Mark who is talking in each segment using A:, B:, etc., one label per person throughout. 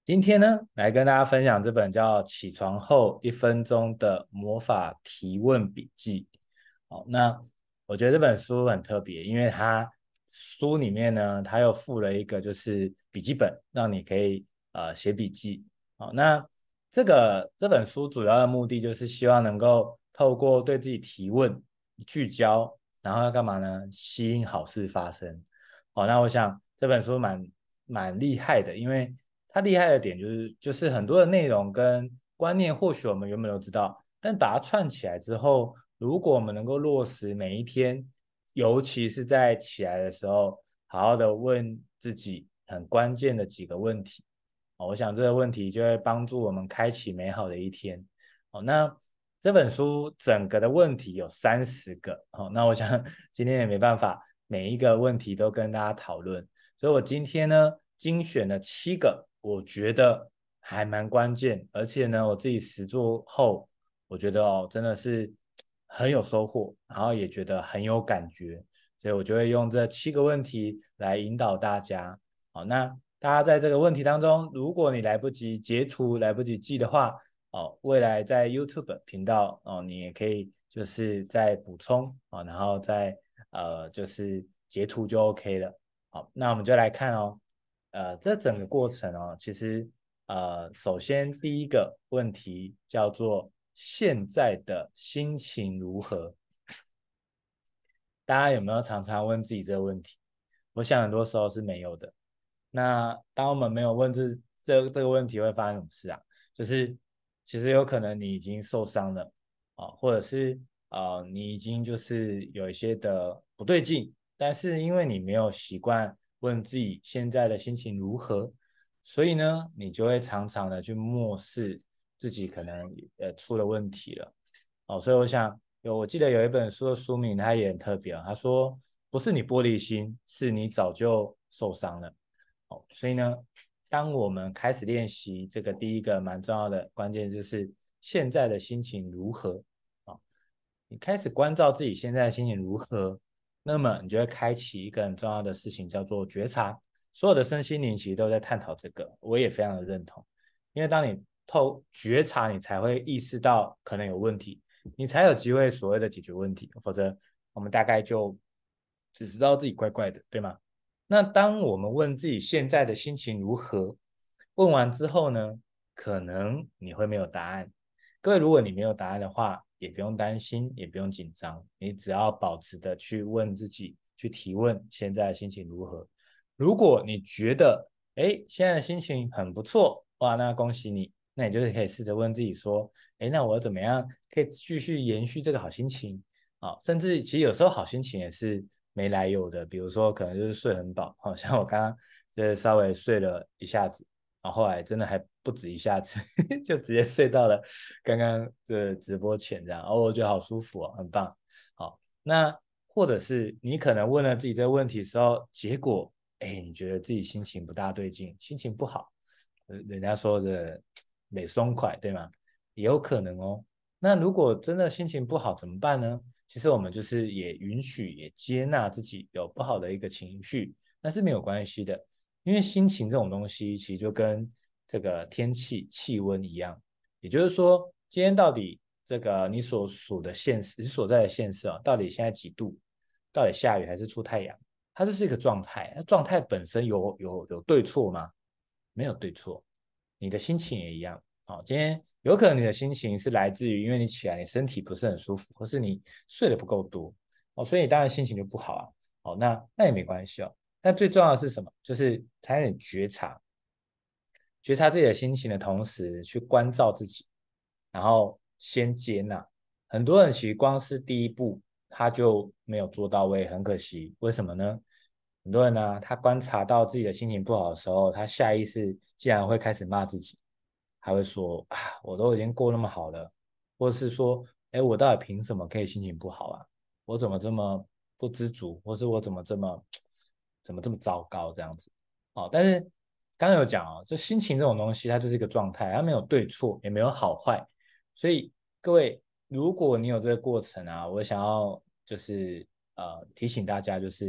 A: 今天呢，来跟大家分享这本叫《起床后1分钟的魔法提问笔记》。好，那我觉得这本书很特别，因为它书里面呢，它又附了一个就是笔记本，让你可以写笔记。好，那这本书主要的目的就是希望能够透过对自己提问、聚焦，然后要干嘛呢？吸引好事发生。好，那我想这本书蛮厉害的，因为它厉害的点就是很多的内容跟观念，或许我们原本都知道，但把它串起来之后，如果我们能够落实每一天，尤其是在起来的时候，好好的问自己很关键的几个问题，我想这个问题就会帮助我们开启美好的一天。那这本书整个的问题有30个，那我想今天也没办法每一个问题都跟大家讨论，所以我今天呢精选了7个，我觉得还蛮关键，而且呢我自己实做后，我觉得真的是很有收获，然后也觉得很有感觉，所以我就会用这7个问题来引导大家。好，那大家在这个问题当中，如果你来不及截图、来不及记的话，未来在 YouTube 频道你也可以就是再补充然后再就是截图就 OK 了。好，那我们就来看这整个过程其实首先第一个问题叫做现在的心情如何？大家有没有常常问自己这个问题？我想很多时候是没有的。那当我们没有问这个问题，会发生什么事啊？就是其实有可能你已经受伤了或者是你已经就是有一些的不对劲，但是因为你没有习惯问自己现在的心情如何，所以呢，你就会常常的去漠视自己可能出了问题了。所以我想我记得有一本书的书名，它也很特别他说不是你玻璃心，是你早就受伤了。所以呢，当我们开始练习这个第一个蛮重要的关键就是现在的心情如何你开始关照自己现在的心情如何，那么你就会开启一个很重要的事情，叫做觉察。所有的身心灵其实都在探讨这个，我也非常的认同。因为当你觉察，你才会意识到可能有问题，你才有机会所谓的解决问题，否则我们大概就只知道自己怪怪的，对吗？那当我们问自己现在的心情如何，问完之后呢，可能你会没有答案。各位，如果你没有答案的话，也不用担心，也不用紧张，你只要保持的去问自己，去提问现在的心情如何。如果你觉得，现在的心情很不错，哇，那恭喜你，那你就是可以试着问自己说，那我怎么样可以继续延续这个好心情甚至其实有时候好心情也是没来由的，比如说可能就是睡很饱，好像我刚刚就是稍微睡了一下子，然后后来真的还不止一下子，就直接睡到了刚刚的直播前这样，我觉得好舒服很棒。好，那或者是你可能问了自己这个问题的时候，结果你觉得自己心情不大对劲，心情不好，人家说的美松快，对吗？也有可能哦。那如果真的心情不好怎么办呢？其实我们就是也允许、也接纳自己有不好的一个情绪，那是没有关系的。因为心情这种东西，其实就跟这个天气、气温一样，也就是说，今天到底这个你所属的县市、你所在的县市到底现在几度？到底下雨还是出太阳？它就是一个状态。那状态本身有对错吗？没有对错，你的心情也一样。今天有可能你的心情是来自于因为你起来你身体不是很舒服，或是你睡得不够多所以你当然心情就不好啊。那也没关系但最重要的是什么？就是才能觉察，觉察自己的心情的同时，去关照自己，然后先接纳。很多人其实光是第一步他就没有做到位，很可惜。为什么呢？很多人呢，他观察到自己的心情不好的时候，他下意识竟然会开始骂自己，还会说啊，我都已经过那么好了，或是说，我到底凭什么可以心情不好啊？我怎么这么不知足，或是我怎么这么糟糕这样子？但是刚刚有讲这心情这种东西，它就是一个状态，它没有对错，也没有好坏。所以各位，如果你有这个过程我想要就是提醒大家，就是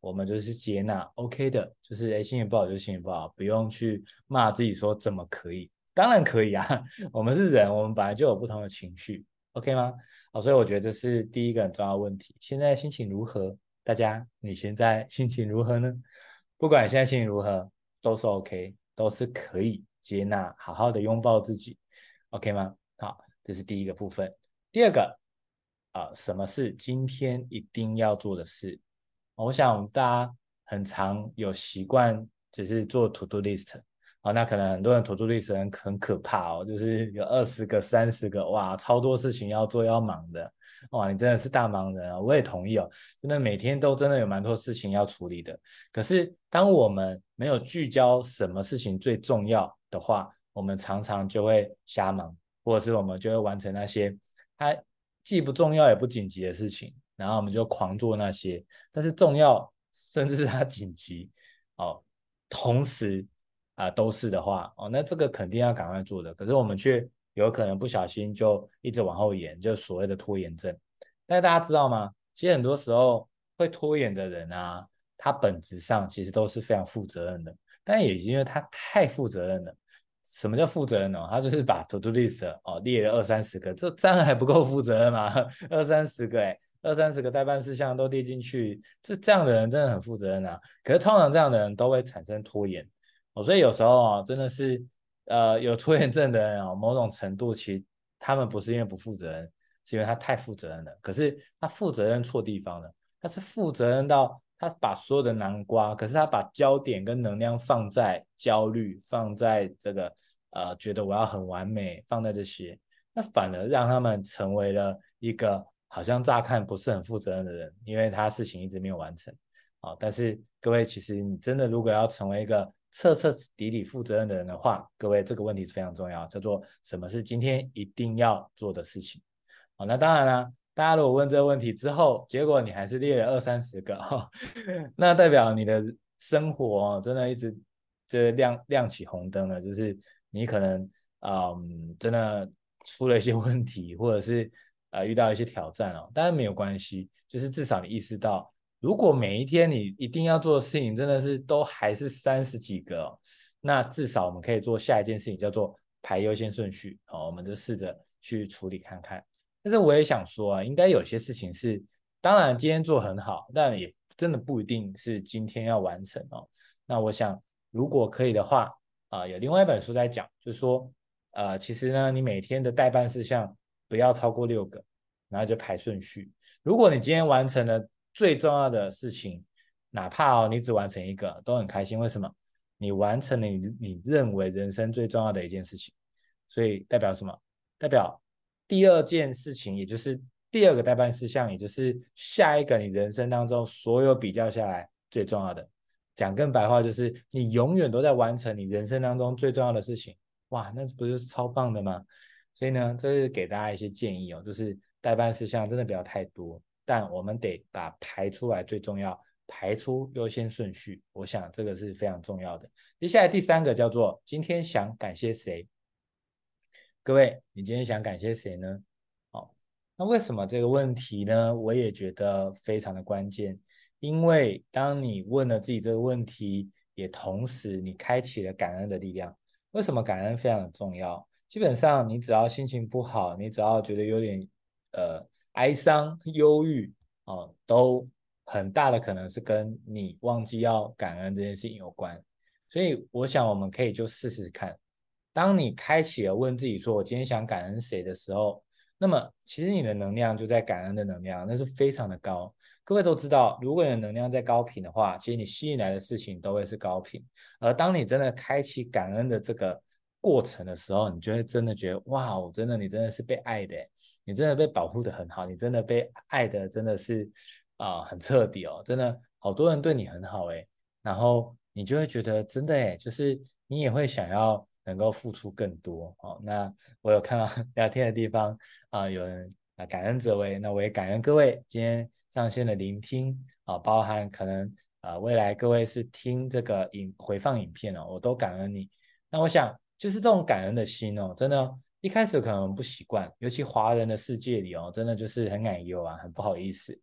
A: 我们就是接纳 OK 的，就是心情不好就心情不好，不用去骂自己说怎么可以，当然可以啊，我们是人，我们本来就有不同的情绪，OK 吗？好，所以我觉得这是第一个很重要的问题。现在心情如何？大家，你现在心情如何呢？不管现在心情如何，都是 OK，都是可以接纳，好好的拥抱自己，OK 吗？好，这是第一个部分。第二个，什么是今天一定要做的事？我想我们大家很常有习惯，只是做 to do list。那可能很多人 to do list 很可怕哦，就是有20个、30个，哇，超多事情要做要忙的，哇，你真的是大忙人啊！我也同意哦，真的每天都真的有蛮多事情要处理的。可是当我们没有聚焦什么事情最重要的话，我们常常就会瞎忙，或者是我们就会完成那些它既不重要也不紧急的事情，然后我们就狂做那些，但是重要甚至是它紧急哦，同时都是的话哦，那这个肯定要赶快做的，可是我们却有可能不小心就一直往后延，就所谓的拖延症。但是大家知道吗？其实很多时候会拖延的人啊，他本质上其实都是非常负责任的，但也因为他太负责任了。什么叫负责任呢？他就是把 to do list 列了20-30个，这样还不够负责任吗？20-30个20-30个待办事项都列进去，这样的人真的很负责任啊。可是通常这样的人都会产生拖延所以有时候真的是有拖延症的人某种程度其实他们不是因为不负责任，是因为他太负责任了。可是他负责任错地方了，他是负责任到他把所有的南瓜，可是他把焦点跟能量放在焦虑，放在这个觉得我要很完美，放在这些，那反而让他们成为了一个好像乍看不是很负责任的人，因为他事情一直没有完成。但是各位，其实你真的如果要成为一个彻彻底底负责任的人的话，各位这个问题是非常重要，叫做什么是今天一定要做的事情。那当然啦，大家如果问这个问题之后，结果你还是列了20-30个那代表你的生活真的一直亮起红灯了，就是你可能真的出了一些问题，或者是遇到一些挑战当然没有关系，就是至少你意识到，如果每一天你一定要做的事情真的是都还是30几个那至少我们可以做下一件事情，叫做排优先顺序我们就试着去处理看看。但是我也想说应该有些事情是，当然今天做很好，但也真的不一定是今天要完成那我想，如果可以的话有另外一本书在讲，就是说其实呢，你每天的待办事项不要超过6个，然后就排顺序。如果你今天完成了最重要的事情，哪怕你只完成1个，都很开心。为什么？你完成了你认为人生最重要的一件事情，所以代表什么？代表第二件事情，也就是第二个待办事项，也就是下一个你人生当中所有比较下来最重要的。讲更白话，就是你永远都在完成你人生当中最重要的事情。哇，那不是超棒的吗？所以呢，这是给大家一些建议就是待办事项真的不要太多，但我们得把排出来最重要，排出优先顺序。我想这个是非常重要的。接下来第3个叫做今天想感谢谁？各位，你今天想感谢谁呢？那为什么这个问题呢？我也觉得非常的关键，因为当你问了自己这个问题，也同时你开启了感恩的力量。为什么感恩非常的重要？基本上你只要心情不好，你只要觉得有点哀伤、忧郁都很大的可能是跟你忘记要感恩这件事情有关。所以我想我们可以就试试看，当你开启了问自己说我今天想感恩谁的时候，那么其实你的能量就在感恩的能量，那是非常的高。各位都知道，如果你的能量在高频的话，其实你吸引来的事情都会是高频。而当你真的开启感恩的这个过程的时候，你就会真的觉得，哇，我真的你真的是被爱的，你真的被保护的很好，你真的被爱的真的是很彻底真的好多人对你很好然后你就会觉得真的就是你也会想要能够付出更多那我有看到聊天的地方有人感恩泽维，那我也感恩各位今天上线的聆听包含可能未来各位是听这个回放影片我都感恩你。那我想就是这种感恩的心真的一开始可能不习惯，尤其华人的世界里真的就是很奶油很不好意思。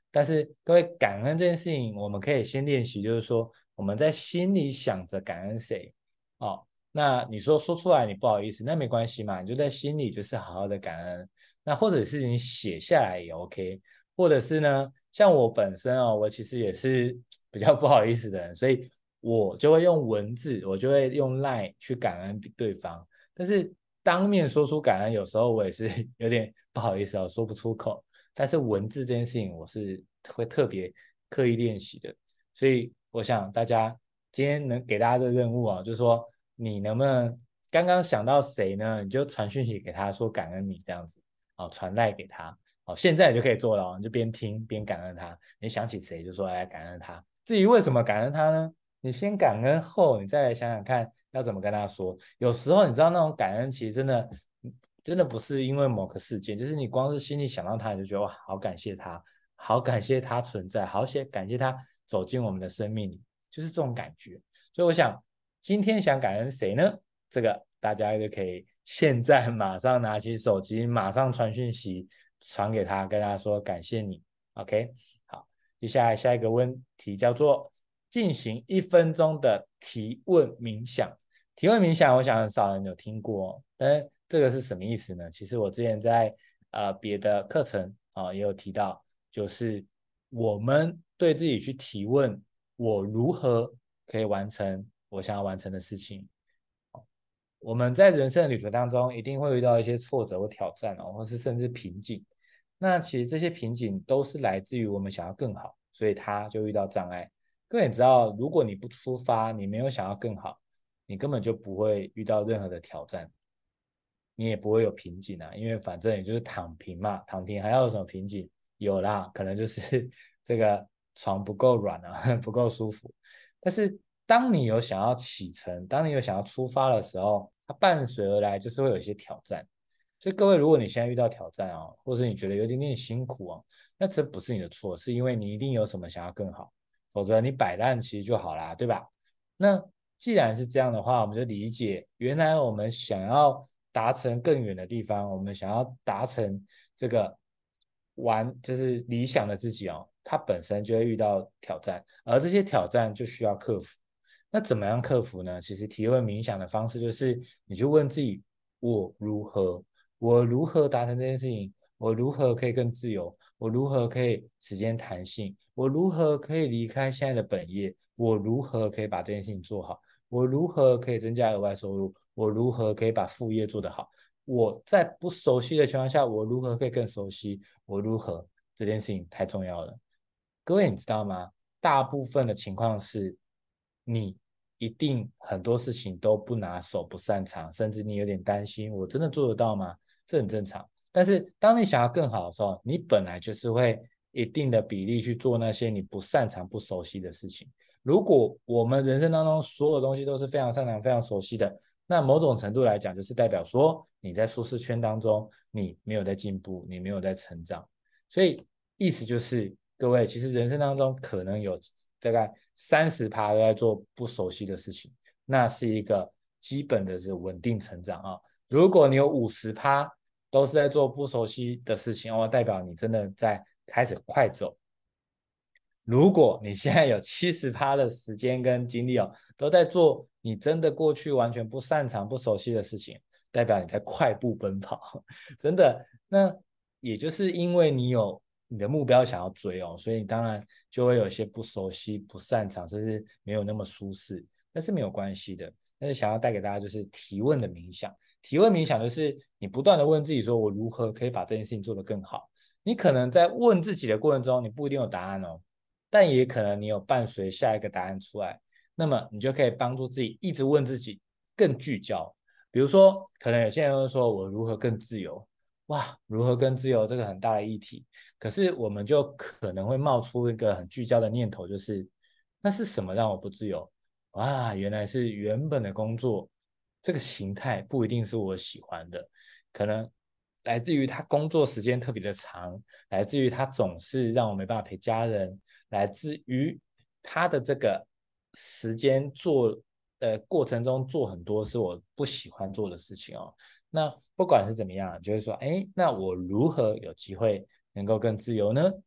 A: 但是各位感恩这件事情，我们可以先练习，就是说我们在心里想着感恩谁哦。那你说出来你不好意思，那没关系嘛，你就在心里就是好好的感恩。那或者是你写下来也 OK，或者是呢，像我本身哦，我其实也是比较不好意思的人，所以我就会用文字，我就会用 LINE 去感恩对方。但是当面说出感恩，有时候我也是有点不好意思哦，说不出口。但是文字这件事情，我是会特别刻意练习的。所以我想大家今天能给大家这个任务啊，就是说你能不能刚刚想到谁呢？你就传讯息给他说感恩你这样子，好，传赖给他，好，现在你就可以做了哦，你就边听边感恩他。你想起谁就说来感恩他。至于为什么感恩他呢？你先感恩后，你再来想想看要怎么跟他说。有时候你知道那种感恩其实真的不是因为某个事件，就是你光是心里想到他，你就觉得哇，好感谢他，好感谢他存在，感谢他走进我们的生命里，就是这种感觉。所以我想今天想感恩谁呢？这个大家就可以现在马上拿起手机，马上传讯息传给他，跟他说感谢你。OK，好，接下来下一个问题叫做进行1分钟的提问冥想。提问冥想，我想很少人有听过哦，但是这个是什么意思呢？其实我之前在别的课程也有提到，就是我们对自己去提问，我如何可以完成我想要完成的事情。我们在人生的旅途当中，一定会遇到一些挫折或挑战哦，或是甚至瓶颈。那其实这些瓶颈都是来自于我们想要更好，所以他就遇到障碍。各位也知道，如果你不出发，你没有想要更好，你根本就不会遇到任何的挑战，你也不会有瓶颈啊，因为反正也就是躺平嘛，躺平还要有什么瓶颈？有啦，可能就是这个床不够软啊，不够舒服。但是当你有想要启程，当你有想要出发的时候，它伴随而来就是会有一些挑战。所以各位，如果你现在遇到挑战哦，或者你觉得有点点辛苦哦，那这不是你的错，是因为你一定有什么想要更好，否则你摆烂其实就好啦，对吧？那既然是这样的话，我们就理解，原来我们想要达成更远的地方，我们想要达成这个就是理想的自己哦，它本身就会遇到挑战，而这些挑战就需要克服。那怎么样克服呢？其实提问冥想的方式就是，你就问自己：我如何？我如何达成这件事情？我如何可以更自由？我如何可以时间弹性？我如何可以离开现在的本业？我如何可以把这件事情做好？我如何可以增加额外收入？我如何可以把副业做得好？我在不熟悉的情况下，我如何可以更熟悉？我如何这件事情太重要了。各位，你知道吗？大部分的情况是，你一定很多事情都不拿手、不擅长，甚至你有点担心，我真的做得到吗？这很正常。但是当你想要更好的时候，你本来就是会一定的比例去做那些你不擅长、不熟悉的事情。如果我们人生当中所有东西都是非常擅长、非常熟悉的，那某种程度来讲，就是代表说你在舒适圈当中，你没有在进步，你没有在成长。所以意思就是，各位其实人生当中可能有大概30%都在做不熟悉的事情，那是一个基本的是稳定成长啊。如果你有50%都是在做不熟悉的事情哦，代表你真的在开始快走。如果你现在有70%的时间跟精力哦，都在做你真的过去完全不擅长、不熟悉的事情，代表你在快步奔跑，真的。那也就是因为你有你的目标想要追哦，所以你当然就会有一些不熟悉、不擅长，甚至没有那么舒适，但是没有关系的。但是想要带给大家就是提问的冥想，提问冥想就是你不断的问自己说，我如何可以把这件事情做得更好？你可能在问自己的过程中，你不一定有答案哦。但也可能你有伴随下一个答案出来，那么你就可以帮助自己一直问自己更聚焦。比如说，可能有些人会说我如何更自由？哇，如何更自由这个很大的议题。可是我们就可能会冒出一个很聚焦的念头，就是那是什么让我不自由？哇，原来是原本的工作这个形态不一定是我喜欢的，可能来自于他工作时间特别的长，来自于他总是让我没办法陪家人，来自于他的这个时间过程中做很多是我不喜欢做的事情哦。那不管是怎么样，就会说，哎，那我如何有机会能够更自由呢？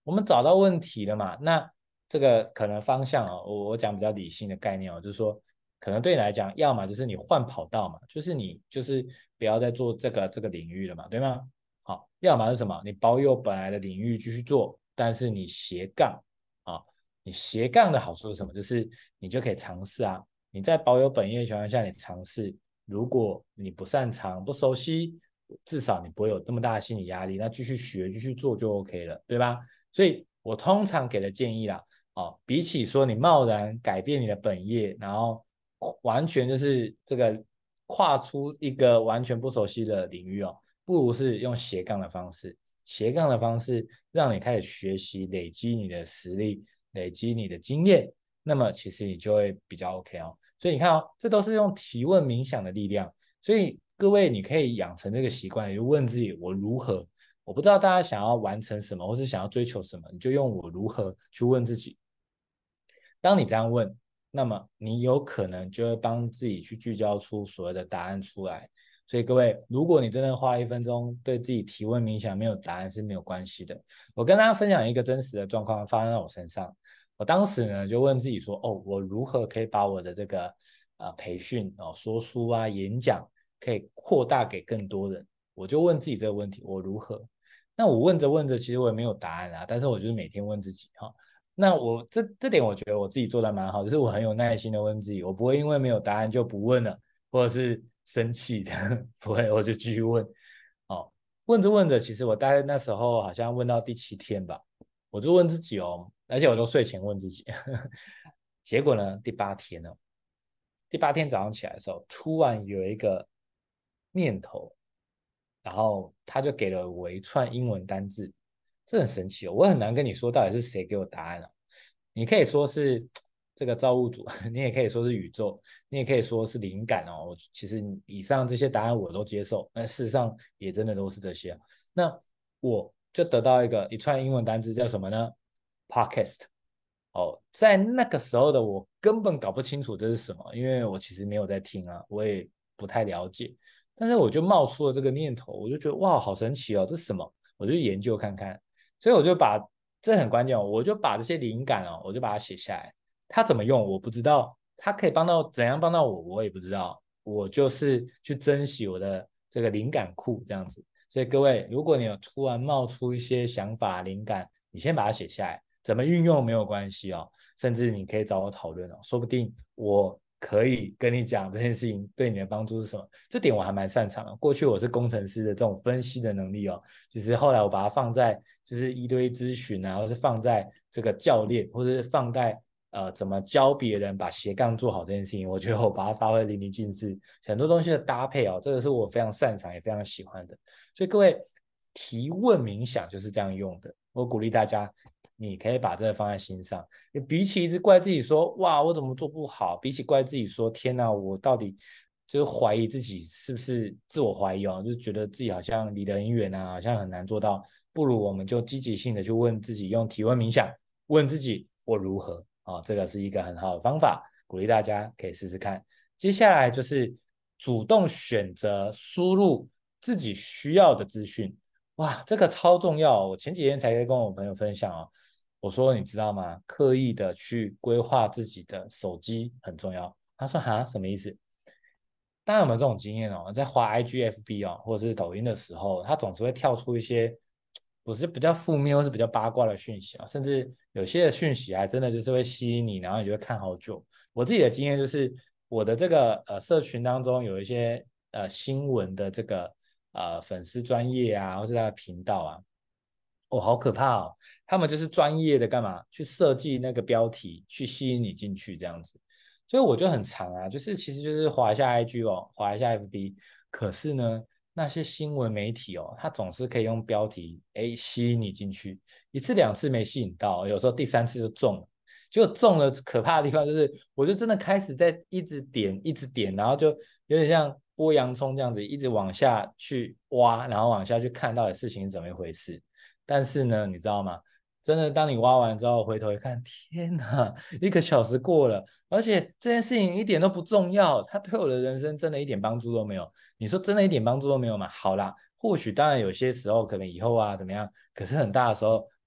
A: 我们找到问题了嘛，那这个可能方向我讲比较理性的概念就是说，可能对你来讲，要么就是你换跑道嘛，就是你就是不要再做这个领域了嘛，对吗？好，要么是什么？你保有本来的领域继续做，但是你斜杠啊，你斜杠的好处是什么？就是你就可以尝试啊，你在保有本业的情况下，你尝试，如果你不擅长、不熟悉，至少你不会有那么大的心理压力，那继续学、继续做就 OK 了，对吧？所以我通常给的建议啦，比起说你贸然改变你的本业，然后完全就是这个跨出一个完全不熟悉的领域不如是用斜杠的方式，斜杠的方式让你开始学习，累积你的实力，累积你的经验，那么其实你就会比较 OK 所以你看这都是用提问冥想的力量，所以各位你可以养成这个习惯，你就问自己我如何。我不知道大家想要完成什么，或是想要追求什么，你就用我如何去问自己。当你这样问，那么你有可能就会帮自己去聚焦出所谓的答案出来。所以各位，如果你真的花1分钟对自己提问冥想，没有答案是没有关系的。我跟大家分享一个真实的状况发生在我身上。我当时呢就问自己说，我如何可以把我的这个培训说书啊演讲可以扩大给更多人？我就问自己这个问题，我如何？那我问着问着，其实我也没有答案啊，但是我就是每天问自己那我这点我觉得我自己做的蛮好，就是我很有耐心的问自己，我不会因为没有答案就不问了，或者是生气这样，不会，我就继续问。问着问着，其实我大概那时候好像问到第7天吧，我就问自己而且我都睡前问自己，结果呢，第8天早上起来的时候，突然有一个念头，然后他就给了我一串英文单字，这很神奇我很难跟你说到底是谁给我答案你可以说是这个造物主，你也可以说是宇宙，你也可以说是灵感其实以上这些答案我都接受，但事实上也真的都是这些那我就得到一串英文单字叫什么呢？Podcast。在那个时候的我根本搞不清楚这是什么，因为我其实没有在听我也不太了解。但是我就冒出了这个念头，我就觉得哇，好神奇这是什么？我就研究看看。所以我就把这很关键我就把这些灵感我就把它写下来。它怎么用我不知道，它可以怎样帮到我，我也不知道。我就是去珍惜我的这个灵感库这样子。所以各位，如果你有突然冒出一些想法、灵感，你先把它写下来。怎么运用没有关系甚至你可以找我讨论说不定我可以跟你讲这件事情对你的帮助是什么，这点我还蛮擅长的。过去我是工程师的这种分析的能力其实后来我把它放在就是一对一咨询或是放在这个教练，或者是放在怎么教别人把斜杠做好这件事情，我觉得我把它发挥淋漓尽致。很多东西的搭配这个是我非常擅长也非常喜欢的。所以各位，提问冥想就是这样用的。我鼓励大家，你可以把这个放在心上。比起一直怪自己说哇我怎么做不好，比起怪自己说天哪我到底就是怀疑自己是不是自我怀疑就是觉得自己好像离得很远好像很难做到，不如我们就积极性的去问自己，用提问冥想问自己我如何这个是一个很好的方法，鼓励大家可以试试看。接下来就是主动选择输入自己需要的资讯。哇，这个超重要我前几天才跟我朋友分享我说你知道吗？刻意的去规划自己的手机很重要。他说哈，什么意思？大家有没有这种经验在滑 IGFB 或者是抖音的时候，它总是会跳出一些不是比较负面或是比较八卦的讯息甚至有些的讯息还真的就是会吸引你，然后你就会看好久。我自己的经验就是，我的这个社群当中有一些新闻的这个粉丝专业或是他的频道好可怕他们就是专业的干嘛去设计那个标题去吸引你进去这样子。所以我就很常就是其实就是滑一下 IG 滑一下 FB， 可是呢那些新闻媒体它总是可以用标题吸引你进去，一次两次没吸引到，有时候第3次就中了。结果中了可怕的地方就是，我就真的开始在一直点一直点，然后就有点像剥洋葱这样子，一直往下去挖，然后往下去看到底事情是怎么一回事。但是呢，你知道吗？真的，当你挖完之后回头一看，天哪，1个小时过了，而且这件事情一点都不重要，它对我的人生真的一点帮助都没有。你说真的一点帮助都没有吗？好啦，或许当然有些时候可能以后怎么样，可是很大的时候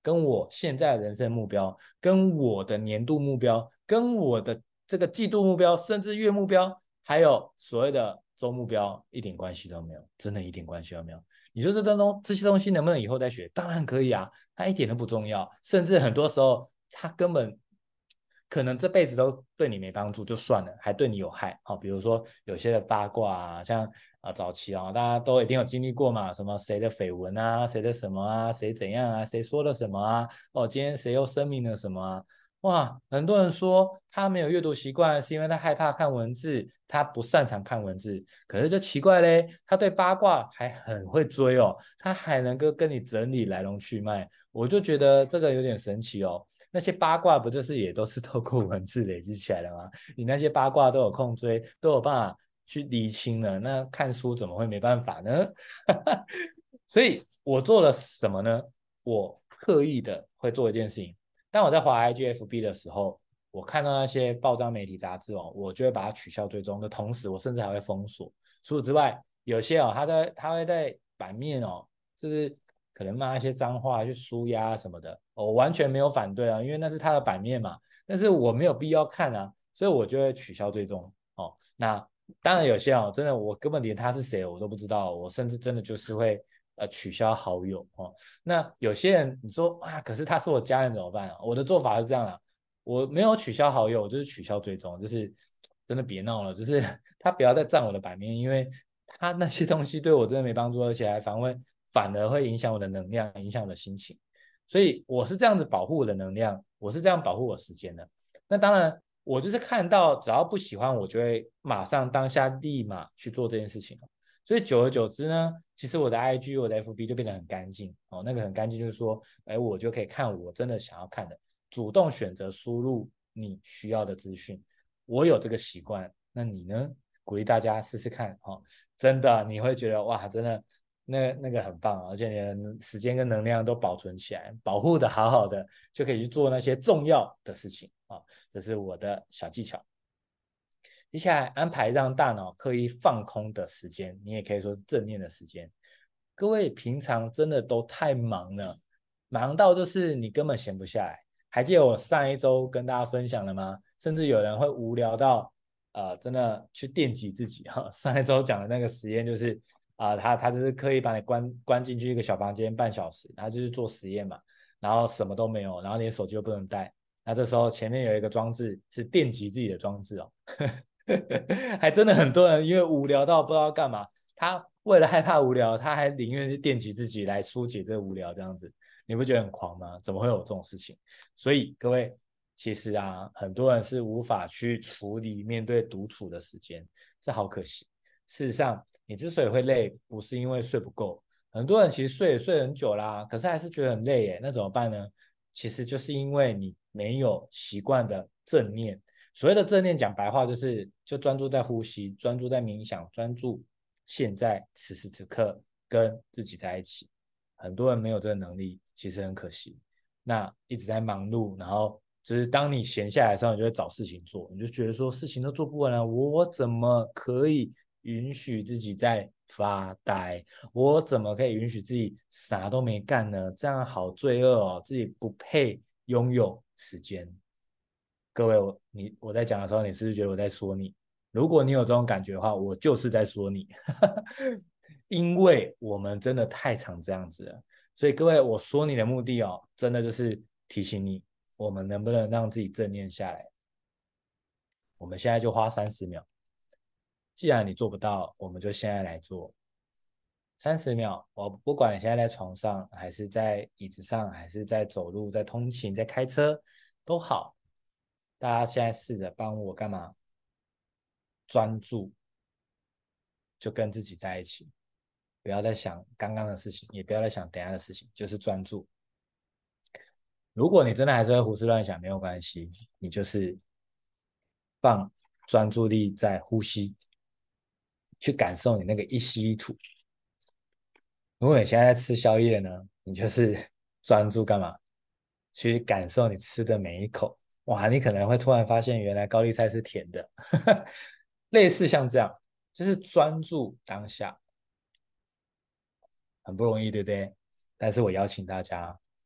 A: 跟我现在的人生目标，跟我的年度目标，跟我的这个季度目标，甚至月目标，还有所谓的周目标，一点关系都没有，真的一点关系都没有。你说这些东西能不能以后再学？当然可以啊，它一点都不重要，甚至很多时候它根本可能这辈子都对你没帮助就算了，还对你有害。好，比如说有些的八卦啊，像早期大家都一定有经历过嘛，什么谁的绯闻啊，谁的什么啊，谁怎样啊，谁说了什么啊，今天谁又声明了什么啊？哇，很多人说他没有阅读习惯，是因为他害怕看文字，他不擅长看文字。可是就奇怪嘞，他对八卦还很会追哦，他还能够跟你整理来龙去脉，我就觉得这个有点神奇哦。那些八卦不就是也都是透过文字累积起来的吗？你那些八卦都有空追，都有办法去理清了，那看书怎么会没办法呢？所以我做了什么呢？我刻意的会做一件事情，当我在滑 IGFB 的时候，我看到那些报章媒体杂志我就会把它取消追踪的同时，我甚至还会封锁。除此之外，有些他会在版面就是可能骂一些脏话去舒压什么的，我完全没有反对啊，因为那是他的版面嘛。但是我没有必要看啊，所以我就会取消追踪那当然有些真的我根本连他是谁我都不知道，我甚至真的就是会取消好友那有些人你说啊，可是他是我家人怎么办我的做法是这样我没有取消好友，我就是取消追踪，就是真的别闹了，就是他不要再占我的版面，因为他那些东西对我真的没帮助，而且还反而会影响我的能量，影响我的心情。所以我是这样子保护我的能量，我是这样保护我时间的。那当然，我就是看到只要不喜欢，我就会马上当下立马去做这件事情。所以久而久之呢，其实我的 IG、我的 FB 就变得很干净那个很干净就是说，我就可以看我真的想要看的，主动选择输入你需要的资讯。我有这个习惯，那你呢？鼓励大家试试看真的你会觉得哇，真的那个很棒而且你的时间跟能量都保存起来，保护的好好的，就可以去做那些重要的事情这是我的小技巧。接下来安排让大脑刻意放空的时间，你也可以说是正念的时间。各位平常真的都太忙了，忙到就是你根本闲不下来。还记得我上一周跟大家分享了吗？甚至有人会无聊到真的去电击自己上一周讲的那个实验就是他就是刻意把你关进去一个小房间半小时，然后就是做实验嘛，然后什么都没有，然后连手机都不能带。那这时候前面有一个装置是电击自己的装置还真的很多人因为无聊到不知道干嘛，他为了害怕无聊，他还宁愿去电击自己来疏解这个无聊，这样子，你不觉得很狂吗？怎么会有这种事情？所以各位，其实很多人是无法去处理面对独处的时间，这好可惜。事实上，你之所以会累，不是因为睡不够，很多人其实睡很久啦，可是还是觉得很累耶，那怎么办呢？其实就是因为你没有习惯的正念。所谓的正念讲白话就专注在呼吸，专注在冥想，专注现在此时此刻跟自己在一起。很多人没有这个能力，其实很可惜。那一直在忙碌，然后就是当你闲下来的时候，你就会找事情做，你就觉得说事情都做不完了，我怎么可以允许自己在发呆？我怎么可以允许自己啥都没干呢？这样好罪恶自己不配拥有时间。各位，我在讲的时候，你是不是觉得我在说你？如果你有这种感觉的话，我就是在说你，因为我们真的太常这样子了。所以各位，我说你的目的真的就是提醒你，我们能不能让自己正念下来？我们现在就花30秒，既然你做不到，我们就现在来做。30秒，我不管你现在在床上，还是在椅子上，还是在走路、在通勤、在开车，都好。大家现在试着帮我干嘛？专注，就跟自己在一起，不要再想刚刚的事情，也不要再想等下的事情，就是专注。如果你真的还是会胡思乱想，没有关系，你就是放专注力在呼吸，去感受你那个一吸一吐。如果你现在在吃宵夜呢，你就是专注干嘛？去感受你吃的每一口。哇，你可能会突然发现，原来高丽菜是甜的，类似像这样，就是专注当下，很不容易，对不对？但是我邀请大家，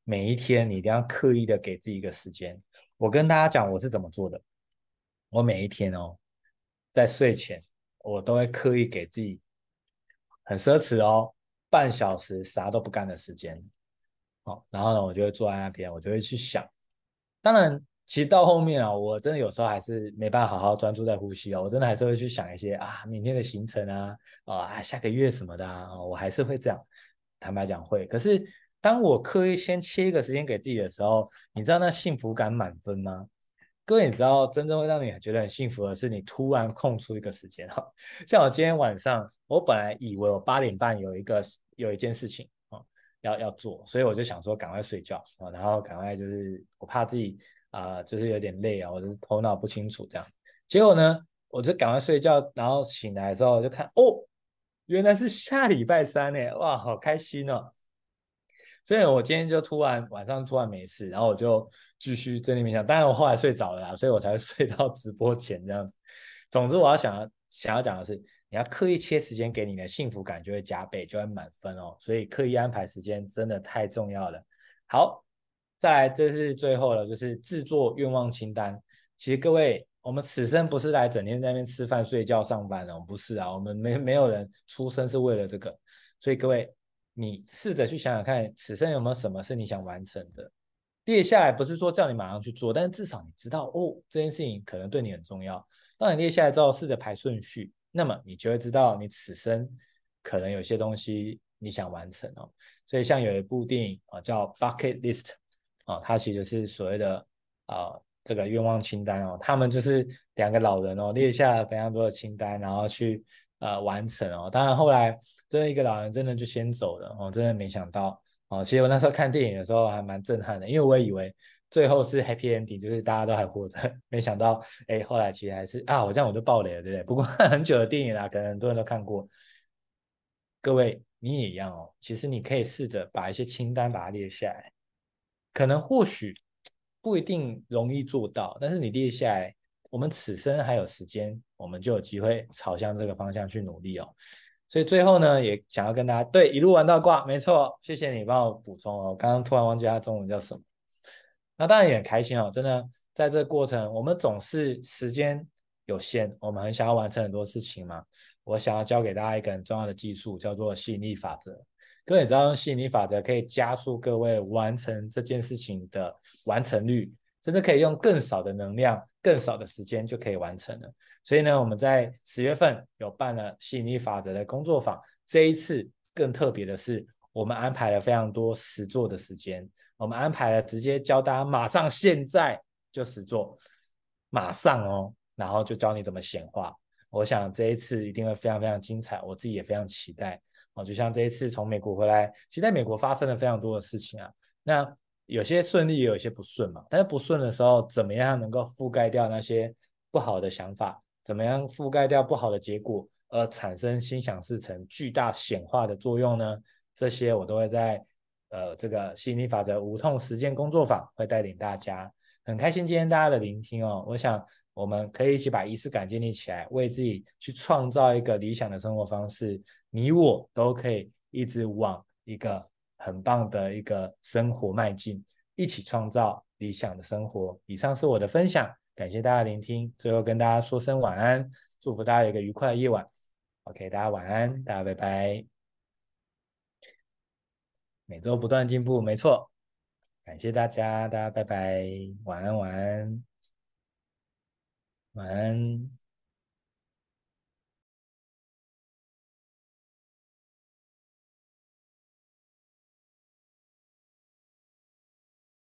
A: 每一天你一定要刻意的给自己一个时间。我跟大家讲我是怎么做的，我每一天哦，在睡前我都会刻意给自己很奢侈哦，半小时啥都不干的时间。好，然后呢，我就会坐在那边，我就会去想。当然，其实到后面啊，我真的有时候还是没办法好好专注在呼吸哦，我真的还是会去想一些啊，明天的行程啊，下个月什么的啊，我还是会这样。坦白讲会，可是当我刻意先切一个时间给自己的时候，你知道那幸福感满分吗？各位，你知道真正会让你觉得很幸福的是，你突然空出一个时间哈。像我今天晚上，我本来以为我8点半有一件事情要做，所以我就想说赶快睡觉啊，然后赶快就是我怕自己就是有点累啊，我就是头脑不清楚这样。结果呢，我就赶快睡觉，然后醒来之后就看哦，原来是下礼拜三呢，哇，好开心哦！所以我今天就晚上突然没事，然后我就继续在那边想，当然我后来睡着了啦，所以我才会睡到直播前这样子。总之，我想要讲的是，你要刻意切时间给你的幸福感就会加倍，就会满分哦。所以刻意安排时间真的太重要了。好，再来，这是最后了，就是制作愿望清单。其实各位，我们此生不是来整天在那边吃饭、睡觉、上班的，不是啊，我们没有人出生是为了这个。所以各位，你试着去想想看，此生有没有什么是你想完成的？列下来不是说叫你马上去做，但是至少你知道哦，这件事情可能对你很重要。当你列下来之后，试着排顺序，那么你就会知道你此生可能有些东西你想完成哦。所以像有一部电影叫《Bucket List》它其实是所谓的这个愿望清单哦。他们就是两个老人哦，列下了非常多的清单，然后去完成哦。当然后来真的一个老人真的就先走了哦，真的没想到哦。其实我那时候看电影的时候还蛮震撼的，因为我以为最后是 happy ending，就是大家都还活着，没想到后来其实还是我这样我就爆雷了，对不对？不过很久的电影啦，可能很多人都看过。各位你也一样哦，其实你可以试着把一些清单把它列下来。可能或许不一定容易做到，但是你列下来，我们此生还有时间，我们就有机会朝向这个方向去努力哦。所以最后呢，也想要跟大家对一路玩到挂，没错，谢谢你帮我补充哦，刚刚突然忘记它中文叫什么。那当然也很开心哦，真的在这个过程，我们总是时间有限，我们很想要完成很多事情嘛。我想要教给大家一个很重要的技术，叫做吸引力法则。各位，你知道用吸引力法则可以加速各位完成这件事情的完成率，甚至可以用更少的能量、更少的时间就可以完成了。所以呢，我们在10月份有办了吸引力法则的工作坊，这一次更特别的是，我们安排了非常多实做的时间，我们安排了直接教大家马上现在就实做，马上哦，然后就教你怎么显化。我想这一次一定会非常非常精彩，我自己也非常期待。就像这一次从美国回来，其实在美国发生了非常多的事情啊。那有些顺利，也有一些不顺嘛。但是不顺的时候，怎么样能够覆盖掉那些不好的想法？怎么样覆盖掉不好的结果，而产生心想事成、巨大显化的作用呢？这些我都会在这个吸引力法则无痛实践工作坊会带领大家。很开心今天大家的聆听哦，我想我们可以一起把仪式感建立起来，为自己去创造一个理想的生活方式。你我都可以一直往一个很棒的一个生活迈进，一起创造理想的生活。以上是我的分享，感谢大家聆听。最后跟大家说声晚安，祝福大家有一个愉快的夜晚。OK，大家晚安，大家拜拜。每周不断进步，没错。感谢大家，大家拜拜，晚安，晚安，晚安。